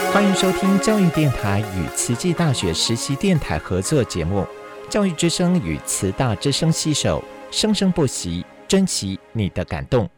欢迎收听教育电台与慈济大学实习电台合作节目《教育之声》与慈大之声携手，生生不息，珍惜你的感动。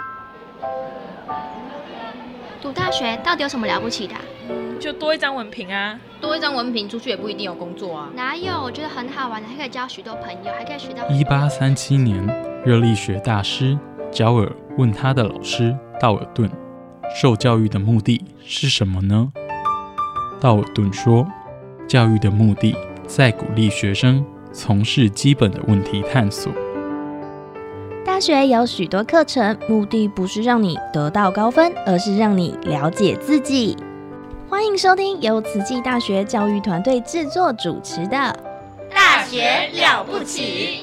读大学到底有什么了不起的就多一张文凭啊。 多一张文凭出去也不一定有工作啊。 哪有？我觉得很好玩的，还可以交许多朋友，还可以学到。 1837年，热力学大师焦耳问他的老师道尔顿，受教育的目的是什么呢？道尔顿说，教育的目的在鼓励学生从事基本的问题探索。 大学有许多课程，目的不是让你得到高分，而是让你了解自己。欢迎收听由慈济大学教育团队制作主持的《 大学了不起》。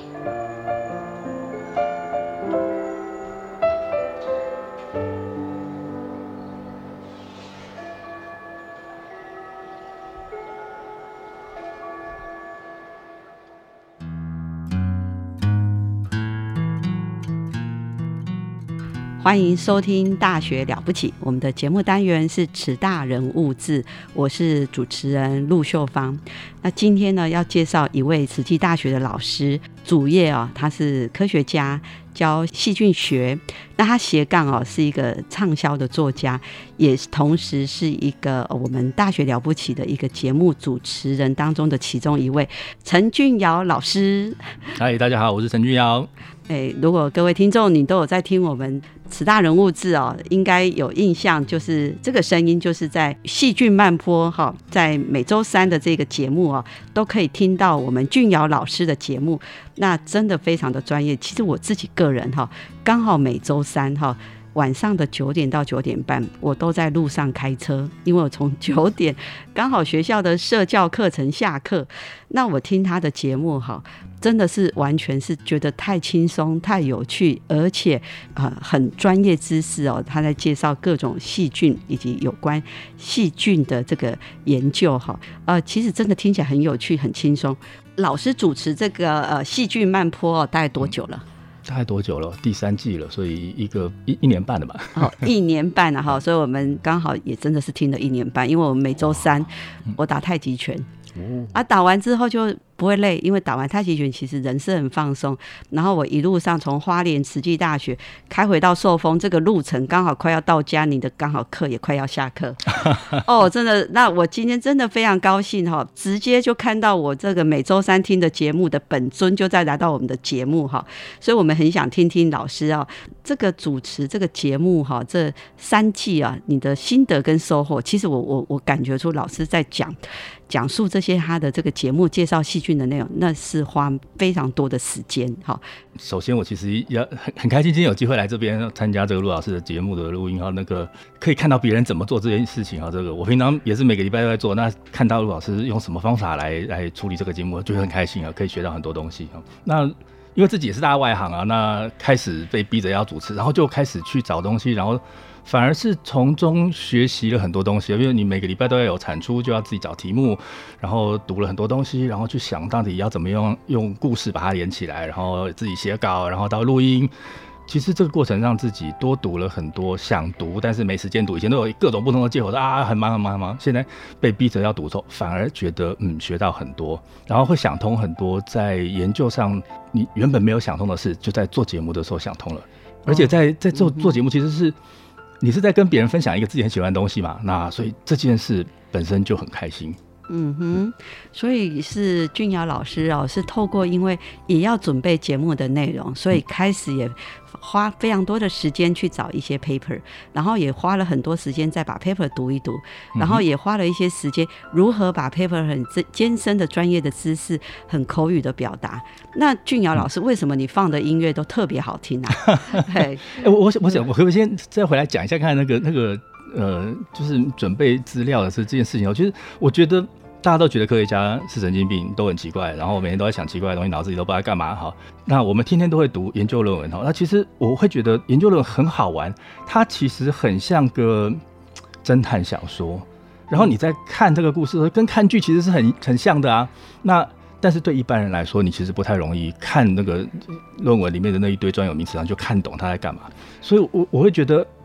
欢迎收听《大学了不起》，我们的节目单元是慈大人物志，我是主持人陆秀芳。那今天呢，要介绍一位慈济大学的老师，主业他是科学家，教细菌学。那他斜杠是一个畅销的作家，也同时是一个我们大学了不起的一个节目主持人当中的其中一位，陈俊尧老师。 嗨，大家好，我是陈俊尧。 如果各位听众你都有在听我们慈大人物志应该有印象，就是这个声音就是在细菌漫坡在每周三的这个节目都可以听到我们俊尧老师的节目，那真的非常的专业。其实我自己个人刚好每周三晚上的9点到9点半我都在路上开车，因为我从9点刚好学校的社教课程下课，那我听他的节目真的是完全是觉得太轻松太有趣，而且很专业知识他在介绍各种细菌以及有关细菌的这个研究其实真的听起来很有趣很轻松。老师主持这个细菌漫坡大概多久了？ 大概多久了？第3季了，所以一年半了吧。 1年半了所以我们刚好也真的是听了1年半，因为我们每周三我打太极拳打完之后就不会累，因为打完太极拳其实人是很放松。然后我一路上从花莲慈济大学开回到寿丰，这个路程刚好快要到家，你的刚好课也快要下课真的，那我今天真的非常高兴直接就看到我这个每周三听的节目的本尊就在来到我们的节目所以我们很想听听老师这个主持这个节目这3季你的心得跟收获。其实我感觉出老师在讲述这些他的这个节目介绍细菌的内容，那是花非常多的时间首先我其实要很开心今天有机会来这边参加这个陆老师的节目的录音那个可以看到别人怎么做这件事情这个我平常也是每个礼拜都在做，那看到陆老师用什么方法来处理这个节目，就会很开心可以学到很多东西那因为自己也是大外行那开始被逼着要主持，然后就开始去找东西，然后反而是从中学习了很多东西，因为你每个礼拜都要有产出，就要自己找题目，然后读了很多东西，然后去想到底要怎么用故事把它连起来，然后自己写稿，然后到录音。其实这个过程让自己多读了很多想读但是没时间读，以前都有各种不同的借口说很忙很忙很忙，现在被逼着要读的时候反而觉得学到很多，然后会想通很多在研究上你原本没有想通的事，就在做节目的时候想通了。而且在做节目其实是你是在跟别人分享一个自己很喜欢的东西嘛，那所以这件事本身就很开心。 所以是俊尧老师是透过因为也要准备节目的内容，所以开始也花非常多的时间去找一些 paper， 然后也花了很多时间再把 paper 读一读，然后也花了一些时间如何把 paper 很艰深的专业的知识很口语的表达。那俊尧老师为什么你放的音乐都特别好听我想我可不可以先再回来讲一下看那个就是准备资料的这件事情。其实我觉得大家都觉得科学家是神经病，都很奇怪，然后每天都在想奇怪的东西，脑子里都不知道干嘛。那我们天天都会读研究论文，那其实我会觉得研究论文很好玩，它其实很像个侦探小说，然后你在看这个故事跟看剧其实是很像的那但是对一般人来说，你其实不太容易看那个论文里面的那一堆专有名词，然后就看懂他在干嘛。所以我会觉得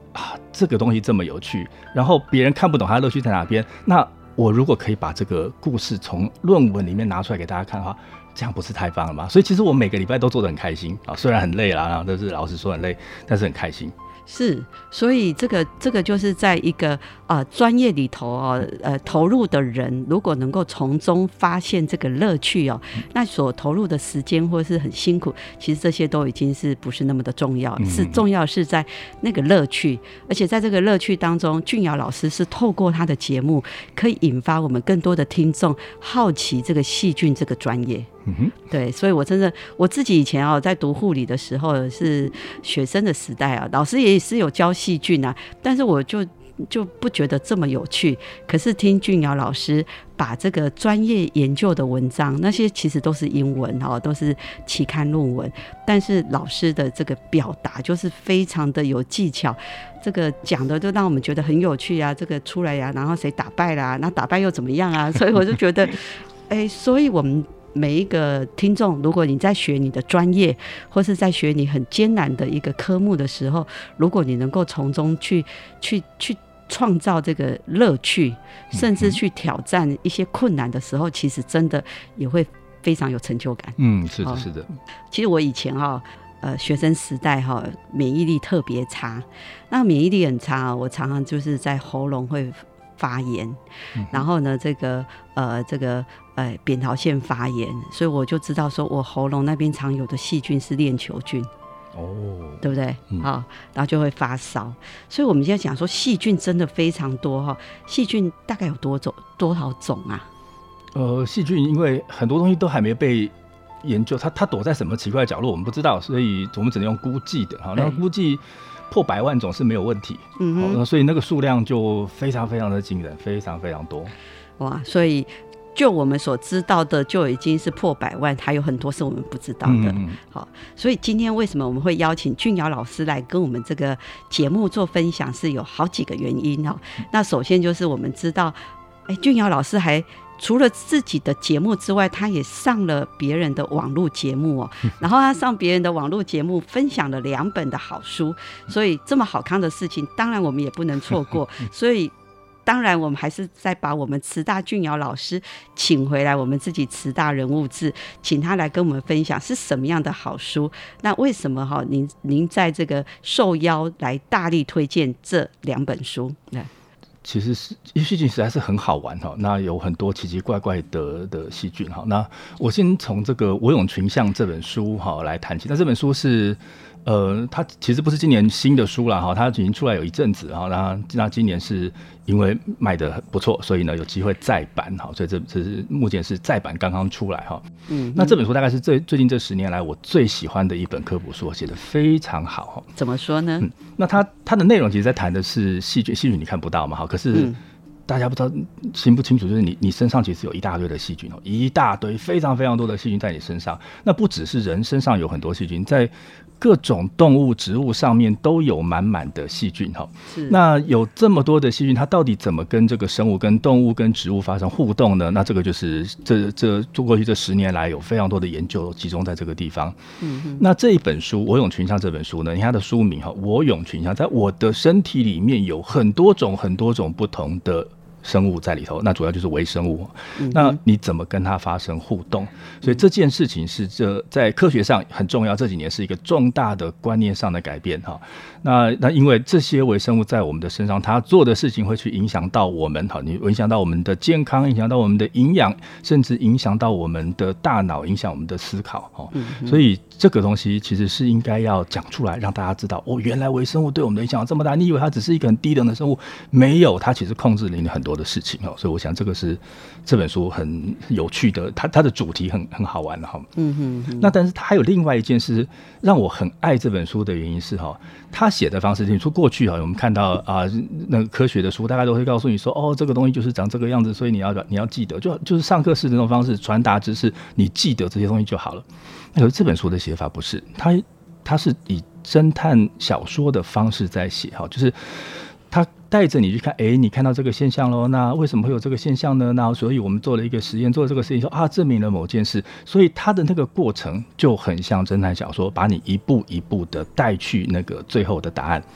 这个东西这么有趣，然后别人看不懂它的乐趣在哪边，那我如果可以把这个故事从论文里面拿出来给大家看的话，这样不是太棒了吗？所以其实我每个礼拜都做得很开心啊，虽然很累啦，然后但是老实说很累，但是很开心。 是，所以这个就是在一个专业里头投入的人，如果能够从中发现这个乐趣那所投入的时间或是很辛苦，其实这些都已经是不是那么的重要，是重要是在那个乐趣，而且在这个乐趣当中，俊尧老师是透过他的节目，可以引发我们更多的听众好奇这个细菌这个专业。对，所以我自己以前在读护理的时候是学生的时代老师也是有教细菌但是我就不觉得这么有趣。可是听俊尧老师把这个专业研究的文章，那些其实都是英文都是期刊论文，但是老师的这个表达就是非常的有技巧，这个讲的就让我们觉得很有趣这个出来然后谁打败啦，那打败又怎么样所以我就觉得所以我们每一个听众，如果你在学你的专业，或是在学你很艰难的一个科目的时候，如果你能够从中去创造这个乐趣，甚至去挑战一些困难的时候，其实真的也会非常有成就感。 是的，是的。 其实我以前学生时代免疫力特别差，那免疫力很差我常常就是在喉咙会发炎，然后呢这个扁桃腺发炎，所以我就知道说我喉咙那边常有的细菌是链球菌对不对？然后就会发烧。所以我们现在讲说细菌真的非常多细菌大概有多少种细菌因为很多东西都还没被研究，它躲在什么奇怪的角落我们不知道，所以我们只能用估计的那估计破100万种是没有问题所以那个数量就非常非常的惊人，非常非常多哇！所以就我们所知道的就已经是破100万，还有很多是我们不知道的好，所以今天为什么我们会邀请俊尧老师来跟我们这个节目做分享，是有好几个原因那首先就是我们知道俊尧老师还除了自己的节目之外，他也上了别人的网络节目然后他上别人的网络节目分享了2本的好书，所以这么好康的事情当然我们也不能错过所以当然我们还是再把我们慈大俊尧老师请回来，我们自己慈大人物志，请他来跟我们分享是什么样的好书，那为什么您在这个受邀来大力推荐这2本书其实细菌实在是很好玩那有很多奇奇怪怪的细菌那我先从这个我咏群像这本书来谈起。那这本书是它其实不是今年新的书啦它已经出来有一阵子那今年是因为卖得很不错，所以呢有机会再版所以这是目前是再版刚刚出来那这本书大概是最近这10年来我最喜欢的一本科普书，写得非常好怎么说呢那它的内容其实在谈的是细菌你看不到嘛可是大家不知道清不清楚，就是你身上其实有一大堆的细菌一大堆非常非常多的细菌在你身上。那不只是人身上有很多细菌，在各种动物植物上面都有满满的细菌那有这么多的细菌，它到底怎么跟这个生物跟动物跟植物发生互动呢？那这个就是这过去这10年来有非常多的研究集中在这个地方那这一本书我咏群像这本书呢，你看它的书名我咏群像，在我的身体里面有很多种不同的生物在里头，那主要就是微生物那你怎么跟它发生互动？所以这件事情是在科学上很重要，这几年是一个重大的观念上的改变那因为这些微生物在我们的身上，它做的事情会去影响到我们你影响到我们的健康，影响到我们的营养，甚至影响到我们的大脑，影响我们的思考所以这个东西其实是应该要讲出来，让大家知道原来微生物对我们的影响这么大，你以为它只是一个很低等的生物，没有，它其实控制了你很多的事情所以我想这个是这本书很有趣的，它的主题很好玩那但是它还有另外一件事让我很爱这本书的原因是他写的方式，你说过去我们看到那个科学的书大概都会告诉你说这个东西就是长这个样子，所以你要记得，就是上课式的那种方式传达知识，你记得这些东西就好了。可是这本书的写法不是，他是以侦探小说的方式在写就是他带着你去看你看到这个现象咯，那为什么会有这个现象呢？那所以我们做了一个实验，做了这个实验说证明了某件事，所以他的那个过程就很像侦探小说，把你一步一步的带去那个最后的答案。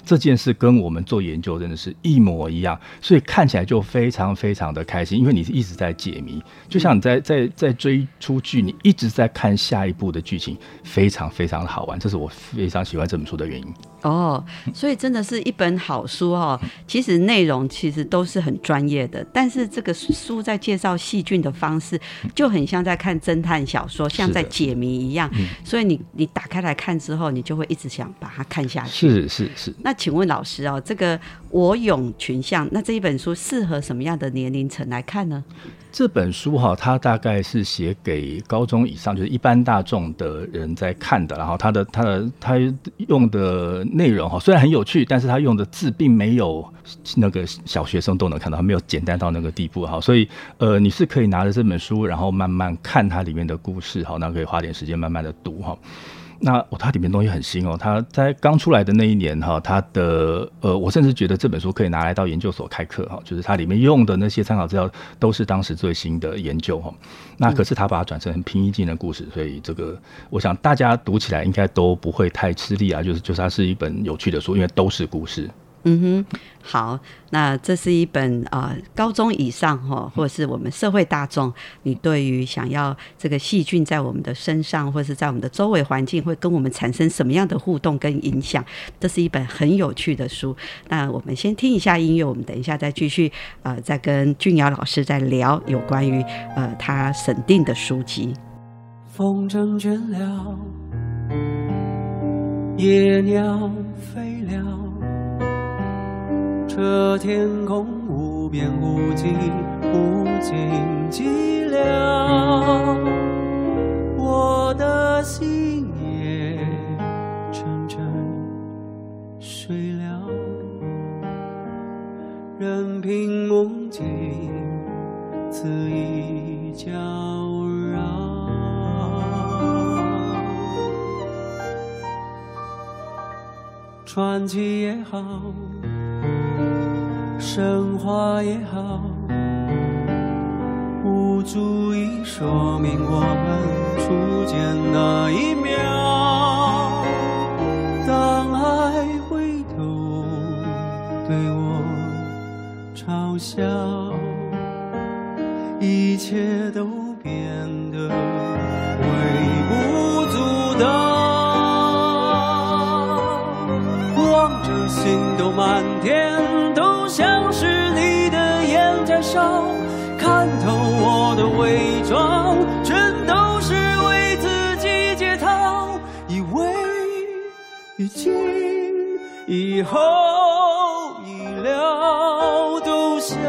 这件事跟我们做研究真的是一模一样，所以看起来就非常非常的开心，因为你一直在解谜，就像你在追出剧，你一直在看下一步的剧情，非常非常的好玩，这是我非常喜欢这本书的原因。 哦，所以真的是一本好书哦。其实内容其实都是很专业的，但是这个书在介绍细菌的方式，就很像在看侦探小说，像在解谜一样。所以你打开来看之后，你就会一直想把它看下去。 是。 那请问老师哦，这个我勇群像，那这一本书适合什么样的年龄层来看呢？ 这本书它大概是写给高中以上，就是一般大众的人在看的。然后他用的内容虽然很有趣，但是他用的字并没有那个小学生都能看到，没有简单到那个地步。所以你是可以拿着这本书，然后慢慢看它里面的故事，那可以花点时间慢慢的读。那它里面东西很新它在刚出来的那一年它的我甚至觉得这本书可以拿来到研究所开课就是它里面用的那些参考资料都是当时最新的研究那可是它把它转成很平易近人的故事，所以这个我想大家读起来应该都不会太吃力啊，就是它是一本有趣的书，因为都是故事。 好，那这是一本高中以上或者是我们社会大众，你对于想要这个细菌在我们的身上或是在我们的周围环境会跟我们产生什么样的互动跟影响，这是一本很有趣的书。那我们先听一下音乐，我们等一下再继续再跟俊尧老师再聊有关于他审定的书籍。 风筝倦了，野鸟飞了，这天空无边无际，无尽寂寥，我的心也沉沉睡了，任凭梦境恣意搅扰。传奇也好，神话也好，无足以说明我们初见那一秒。当爱回头对我嘲笑，一切都变得微不足道。望着星斗满天，都像是你的眼在烧，看透我的伪装，全都是为自己解套，以为已经以后意料都想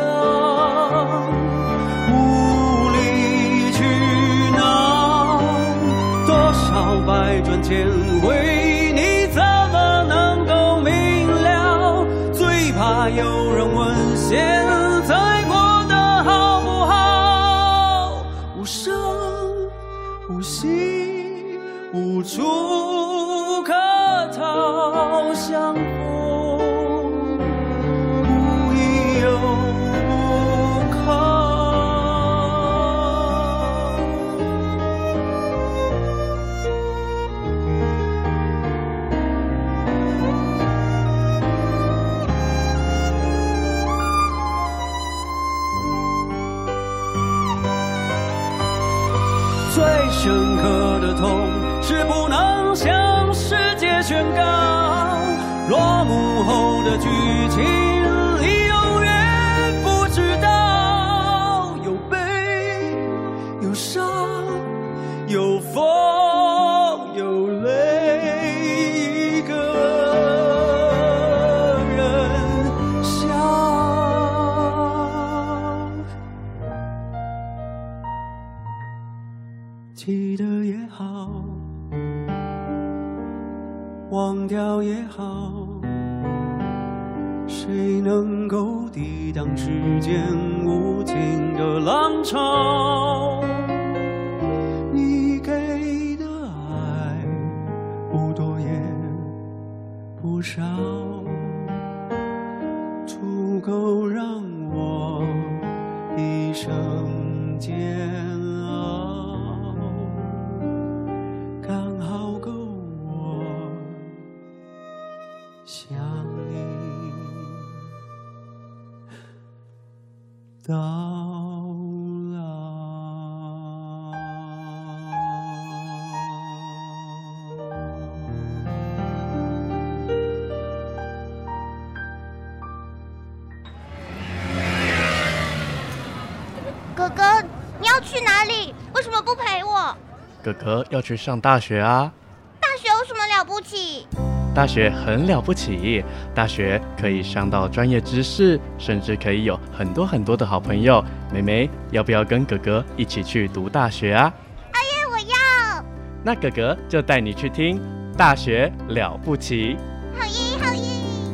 无理取闹，多少百转千回，你怎么能够明了？最怕有人问现在过得好不好，无声无息，无处可逃，相逢无依又不靠。最深刻的痛是不能向世界宣告，落幕后的剧情你永远不知道，有悲有伤有疯有泪，一个人笑。记得也好，忘掉也好，谁能够抵挡时间无情的浪潮？你给的爱不多也不少，足够让我一生煎熬，刚好够我想你。 到老。 哥哥，你要去哪里？为什么不陪我？ 哥哥要去上大学啊。 大学有什么了不起？ 大学很了不起，大学可以上到专业知识，甚至可以有很多很多的好朋友。妹妹，要不要跟哥哥一起去读大学啊？ 阿爷，我要。 那哥哥就带你去听大学了不起。 好耶，好耶。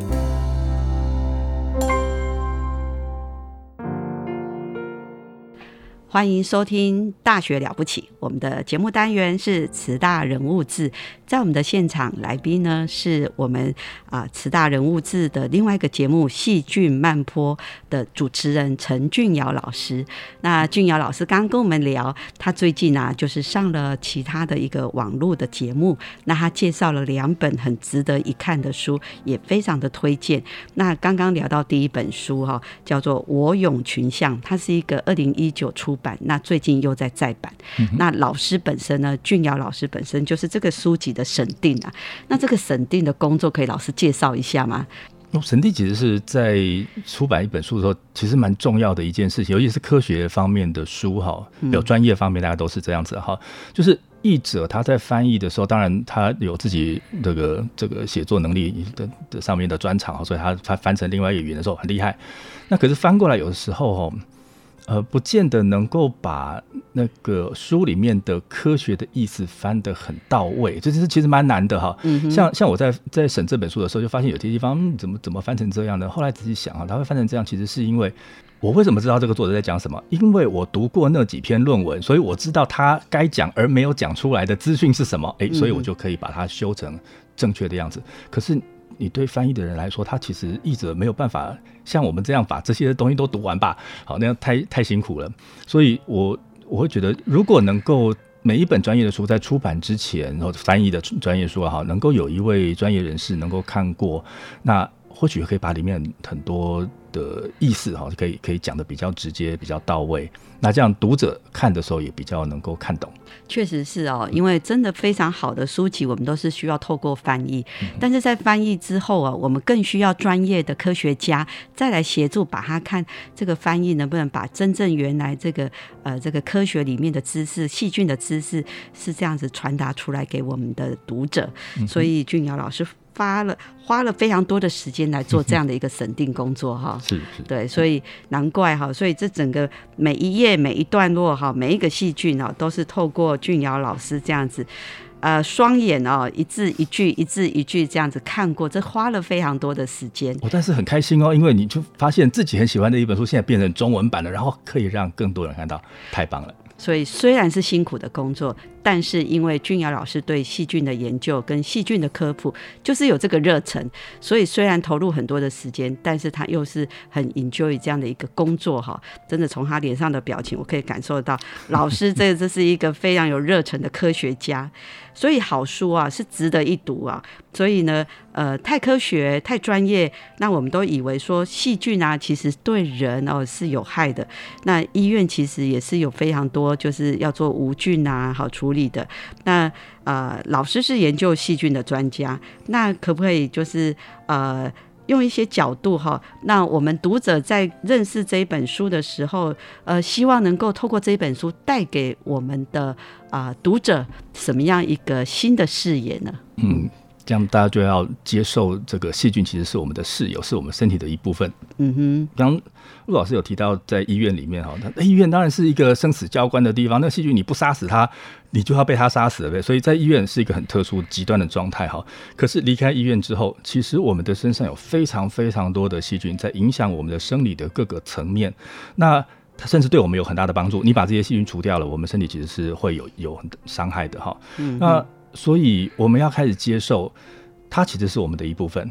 欢迎收听《大学了不起》，我们的节目单元是慈大人物志。在我们的现场来宾呢，是我们慈大人物志的另外一个节目《细菌漫坡》的主持人陈俊尧老师。那俊尧老师刚刚跟我们聊，他最近就是上了其他的一个网络的节目，那他介绍了2本很值得一看的书，也非常的推荐。那刚刚聊到第一本书叫做《我勇群像》，它是一个2019出版，那最近又在再版。那老师本身呢，俊尧老师本身就是这个书籍的审定那这个审定的工作可以老师介绍一下吗？ 审定其实是在出版一本书的时候，其实蛮重要的一件事情，尤其是科学方面的书有专业方面大家都是这样子就是译者他在翻译的时候，当然他有自己这个写作能力的上面的专长，所以他翻成另外一个语言的时候很厉害。那可是翻过来有的时候不见得能够把那个书里面的科学的意思翻得很到位，这其实蛮难的像我在审这本书的时候，就发现有些地方怎么翻成这样的。后来仔细想他会翻成这样，其实是因为我为什么知道这个作者在讲什么？因为我读过那几篇论文，所以我知道他该讲而没有讲出来的资讯是什么，所以我就可以把它修成正确的样子。可是你对翻译的人来说，他其实译者没有办法像我们这样把这些东西都读完吧，好，那样太辛苦了。所以我会觉得，如果能够每一本专业的书在出版之前，然后翻译的专业书能够有一位专业人士能够看过，那或许可以把里面很多的意思可以讲得比较直接，比较到位。那这样读者看的时候也比较能够看懂。 确实是因为真的非常好的书籍，我们都是需要透过翻译，但是在翻译之后我们更需要专业的科学家再来协助，把它看这个翻译能不能把真正原来这个科学里面的知识、细菌的知识是这样子传达出来给我们的读者。所以俊尧老师花了非常多的时间来做这样的一个审定工作是对，所以难怪所以这整个每一页每一段落每一个细菌都是透过俊尧老师这样子双眼一字一句一字一句这样子看过，这花了非常多的时间。 但是很开心因为你就发现自己很喜欢的一本书现在变成中文版了，然后可以让更多人看到，太棒了。 所以虽然是辛苦的工作，但是因为俊尧老师对细菌的研究跟细菌的科普就是有这个热忱，所以虽然投入很多的时间，但是他又是很 enjoy 这样的一个工作真的从他脸上的表情我可以感受到老师这是一个非常有热忱的科学家。所以好书是值得一读所以呢太科学太专业，那我们都以为说细菌其实对人是有害的。那医院其实也是有非常多就是要做无菌好处理的。那老师是研究细菌的专家，那可不可以就是用一些角度那我们读者在认识这一本书的时候希望能够透过这一本书带给我们的读者什么样一个新的视野呢？ 这样大家就要接受这个细菌其实是我们的室友，是我们身体的一部分。刚陆老师有提到在医院里面医院当然是一个生死交关的地方，那细菌你不杀死它，你就要被它杀死了，所以在医院是一个很特殊极端的状态。可是离开医院之后，其实我们的身上有非常非常多的细菌在影响我们的生理的各个层面，那它甚至对我们有很大的帮助。你把这些细菌除掉了，我们身体其实是会有伤害的那所以我们要开始接受它其实是我们的一部分，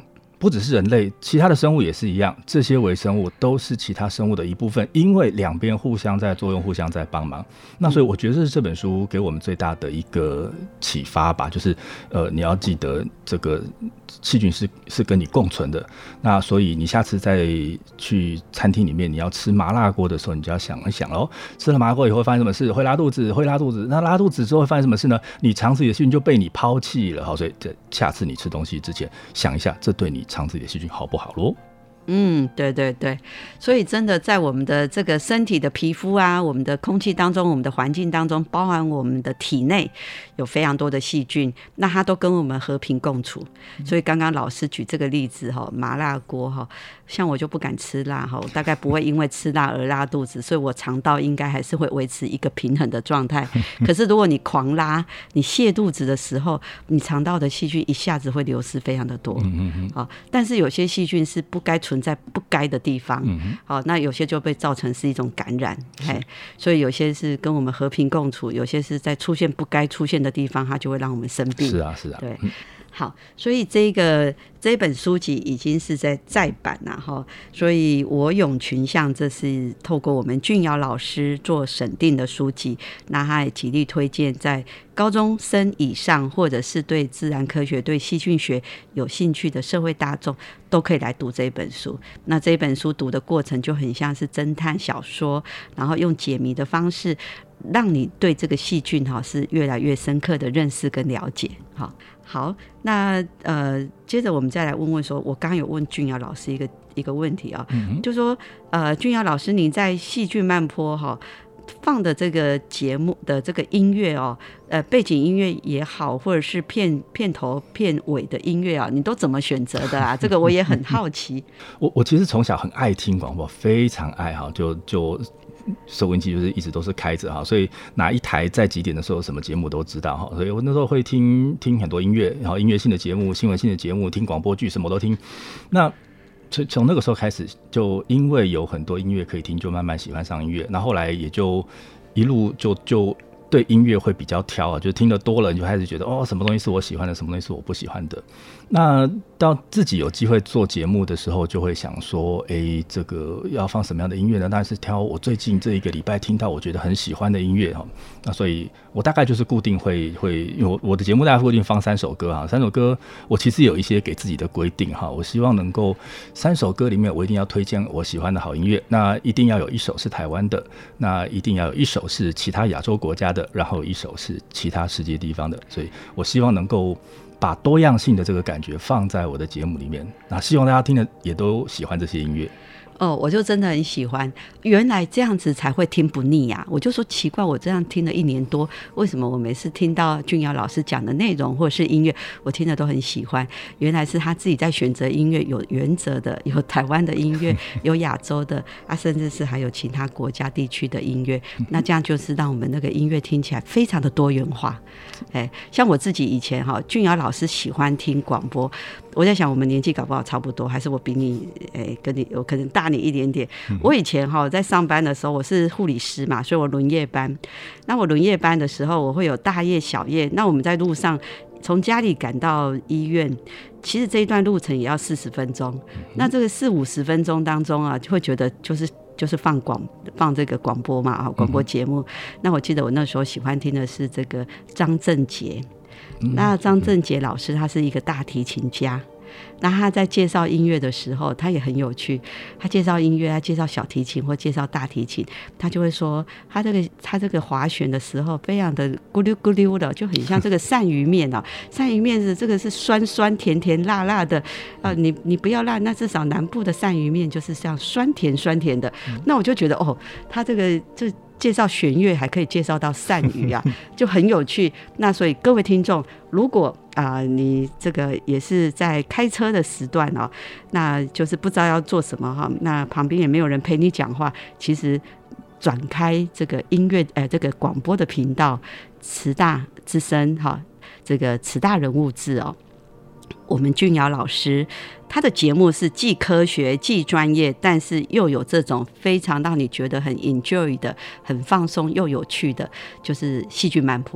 不只是人类，其他的生物也是一样，这些微生物都是其他生物的一部分，因为两边互相在作用，互相在帮忙。那所以我觉得这是这本书给我们最大的一个启发吧，就是你要记得这个细菌是跟你共存的。那所以你下次再去餐厅里面，你要吃麻辣锅的时候，你就要想一想咯，吃了麻辣锅以后会发生什么事？会拉肚子，会拉肚子。那拉肚子之后会发生什么事呢？你肠子里的细菌就被你抛弃了。好，所以下次你吃东西之前想一下，这对你肠子里的细菌好不好咯？ 对对对，所以真的在我们的这个身体的皮肤啊，我们的空气当中，我们的环境当中，包含我们的体内有非常多的细菌，那它都跟我们和平共处。所以刚刚老师举这个例子麻辣锅像我就不敢吃辣我大概不会因为吃辣而拉肚子，所以我肠道应该还是会维持一个平衡的状态。可是如果你狂拉，你泻肚子的时候，你肠道的细菌一下子会流失非常的多。但是有些细菌是不该存在不该的地方，那有些就被造成是一种感染。所以有些是跟我们和平共处，有些是在出现不该出现的地方，它就会让我们生病。 是啊对。好，所以这本书籍已经是在再版了所以我咏群像这是透过我们俊尧老师做审定的书籍，那他也极力推荐在高中生以上或者是对自然科学对细菌学有兴趣的社会大众都可以来读这本书。那这本书读的过程就很像是侦探小说，然后用解谜的方式让你对这个细菌是越来越深刻的认识跟了解。好，那接着我们再来问说，我刚刚有问俊尧老师一个问题就说俊尧老师，你在细菌漫坡放的这个节目的这个音乐背景音乐也好，或者是片头片尾的音乐你都怎么选择的啊？这个我也很好奇。 我其实从小很爱听广播，非常爱就收音机就是一直都是开着所以哪一台在几点的时候什么节目都知道所以我那时候会听很多音乐，然后音乐性的节目、新闻性的节目，听广播剧，什么都听。那从那个时候开始，就因为有很多音乐可以听，就慢慢喜欢上音乐。那后来也就一路就对音乐会比较挑就听得多了，你就开始觉得什么东西是我喜欢的，什么东西是我不喜欢的。那到自己有机会做节目的时候，就会想说这个要放什么样的音乐呢？当然是挑我最近这一个礼拜听到我觉得很喜欢的音乐那所以我大概就是固定会因为我的节目大概固定放3首歌3首歌我其实有一些给自己的规定我希望能够3首歌里面我一定要推荐我喜欢的好音乐，那一定要有1首是台湾的，那一定要有1首是其他亚洲国家的，然后1首是其他世界地方的。所以我希望能够把多样性的这个感觉放在我的节目里面，那希望大家听的也都喜欢这些音乐。 我就真的很喜欢，原来这样子才会听不腻啊！我就说奇怪，我这样听了1年多，为什么我每次听到俊尧老师讲的内容或者是音乐，我听的都很喜欢？原来是他自己在选择音乐有原则的，有台湾的音乐，有亚洲的甚至是还有其他国家地区的音乐。那这样就是让我们那个音乐听起来非常的多元化。像我自己以前俊尧老师喜欢听广播，我在想我们年纪搞不好差不多，还是我比你跟你我可能大你一点点。我以前在上班的时候，我是护理师嘛，所以我轮夜班。那我轮夜班的时候，我会有大夜小夜。那我们在路上从家里赶到医院，其实这一段路程也要40分钟。那这个40-50分钟当中就会觉得就是放这个广播嘛，广播节目。那我记得我那时候喜欢听的是这个张正杰。那张正杰老师他是一个大提琴家，那他在介绍音乐的时候他也很有趣，他介绍音乐，他介绍小提琴或介绍大提琴，他就会说他这个滑弦的时候非常的咕溜咕溜的，就很像这个鳝鱼面鳝鱼面这个是酸酸甜甜辣辣的你不要辣，那至少南部的鳝鱼面就是像酸甜酸甜的。那我就觉得他这个就介绍弦乐还可以介绍到鳝鱼就很有趣。那所以各位听众，如果你这个也是在开车的时段那就是不知道要做什么那旁边也没有人陪你讲话，其实转开这个音乐这个广播的频道，慈大之声这个慈大人物志我们俊尧老师他的节目是既科学既专业，但是又有这种非常让你觉得很 enjoy 的、很放松又有趣的，就是细菌漫坡。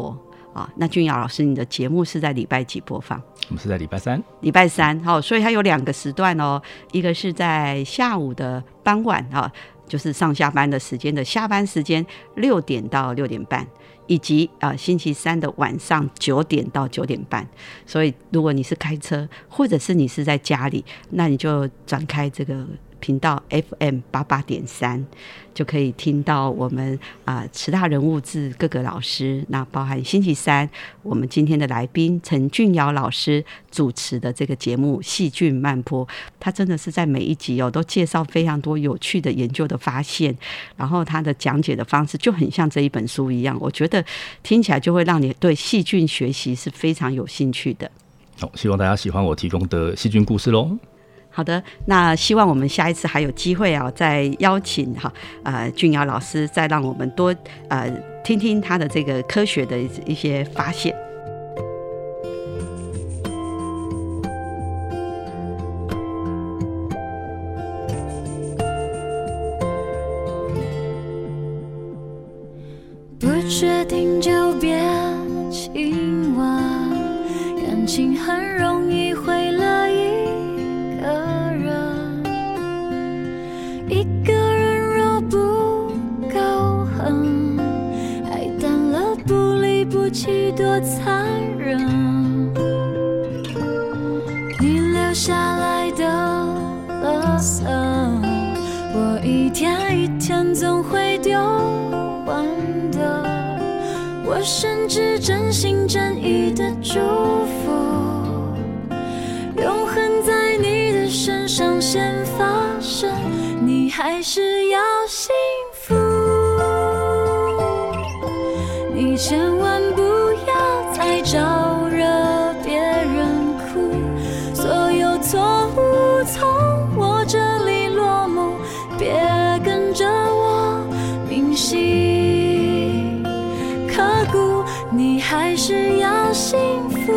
那俊尧老师，你的节目是在礼拜几播放？ 我们是在礼拜三。 礼拜三，所以它有2个时段哦，一个是在下午的傍晚就是上下班的时间的下班时间6点到6点半，以及星期三的晚上9点到9点半。所以如果你是开车，或者是你是在家里，那你就转开这个频道 FM88.3，就可以听到我们慈大人物志各个老师，那包含星期三我们今天的来宾陈俊尧老师主持的这个节目《细菌漫坡》，他真的是在每一集都介绍非常多有趣的研究的发现，然后他的讲解的方式就很像这一本书一样，我觉得听起来就会让你对细菌学习是非常有兴趣的。 希望大家喜欢我提供的细菌故事咯。 好的，那希望我们下一次还有机会再邀请俊尧老师，再让我们多听听他的这个科学的一些发现。 不确定就别亲吻，感情很容易毁了一个人若不够狠，爱淡了不离不弃多残忍，你留下来的垃圾，我一天一天总会丢完的，我甚至真心真意的祝福，永恒在你的身上先发生，你还是要幸福，你千万不要再招惹别人哭，所有错误从我这里落幕，别跟着我铭心刻骨，你还是要幸福，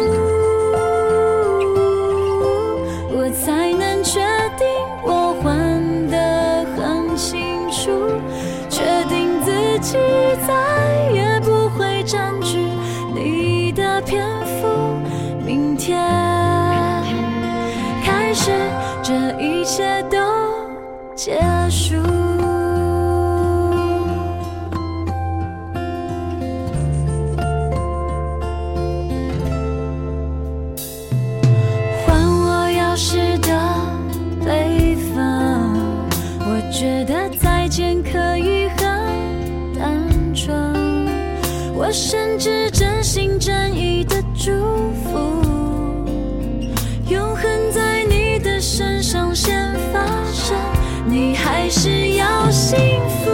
我才能确定我还得很清楚，确定自己再也不会占据你的篇幅，明天开始这一切都结束。觉得再见可以很单纯，我甚至真心真意的祝福，永恒在你的身上先发生，你还是要幸福，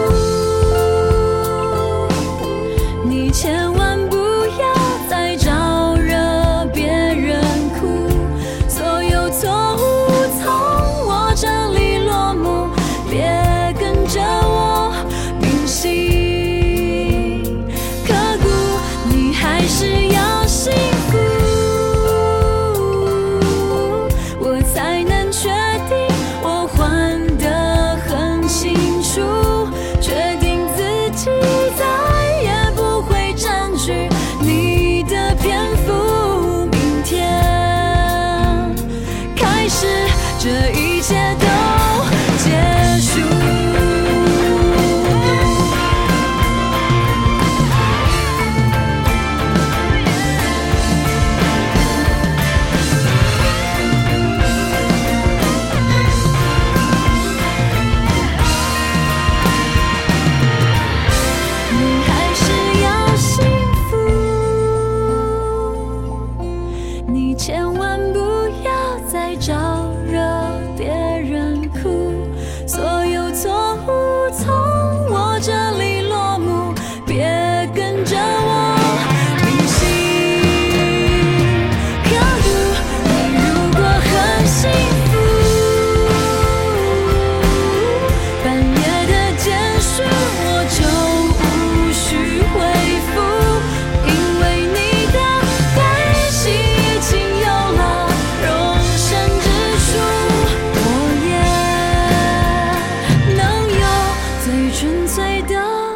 你千万不要再招惹别人哭，所有错误从我这里落幕，别跟着我铭心刻骨，你还是要幸福，我才能确定我还得很清楚，确定自己再也不会占据你的篇幅，明天开始这一切都结束。你还是要幸福，你千万不要再招惹别人哭，所有错误从我这里落幕，别跟着我铭心刻骨，你如果很幸福，半夜的结束我就无需回复，因为你的关系已经有了容身之处，我也能有最纯粹的